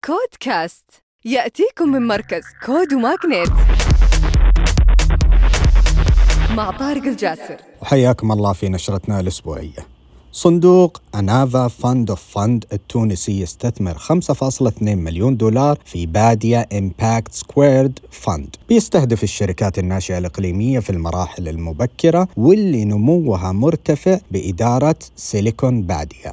كودكاست يأتيكم من مركز كود وماغنيت مع طارق الجاسر. وحياكم الله في نشرتنا الأسبوعية. صندوق أنافا فند أوف فند التونسي يستثمر 5.2 مليون دولار في بادية إمباكت سكويرد فند، بيستهدف الشركات الناشئة الإقليمية في المراحل المبكرة واللي نموها مرتفع بإدارة سيليكون بادية.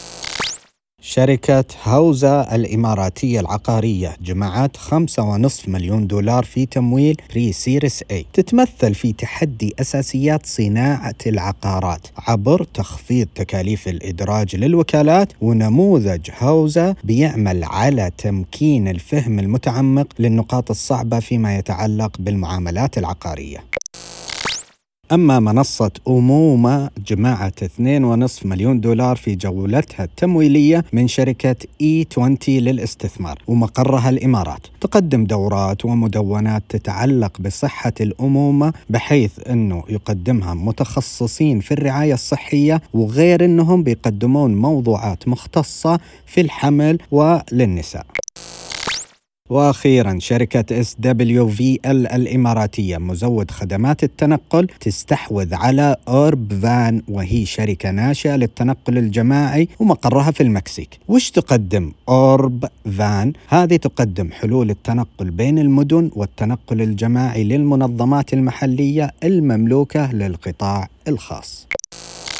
شركة هوزة الإماراتية العقارية جمعت 5.5 مليون دولار في تمويل بري سيريس A، تتمثل في تحدي أساسيات صناعة العقارات عبر تخفيض تكاليف الإدراج للوكالات، ونموذج هوزة بيعمل على تمكين الفهم المتعمق للنقاط الصعبة فيما يتعلق بالمعاملات العقارية. أما منصة أمومة جمعت 2.5 مليون دولار في جولتها التمويلية من شركة E20 للاستثمار ومقرها الإمارات. تقدم دورات ومدونات تتعلق بصحة الأمومة، بحيث أنه يقدمها متخصصين في الرعاية الصحية، وغير أنهم بيقدمون موضوعات مختصة في الحمل وللنساء. وأخيراً شركة SWVL الإماراتية مزود خدمات التنقل تستحوذ على أورب فان، وهي شركة ناشئة للتنقل الجماعي ومقرها في المكسيك. وش تقدم أورب فان؟ هذه تقدم حلول التنقل بين المدن والتنقل الجماعي للمنظمات المحلية المملوكة للقطاع الخاص.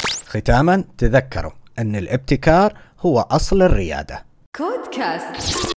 ختاماً تذكروا أن الابتكار هو أصل الريادة. كودكاست.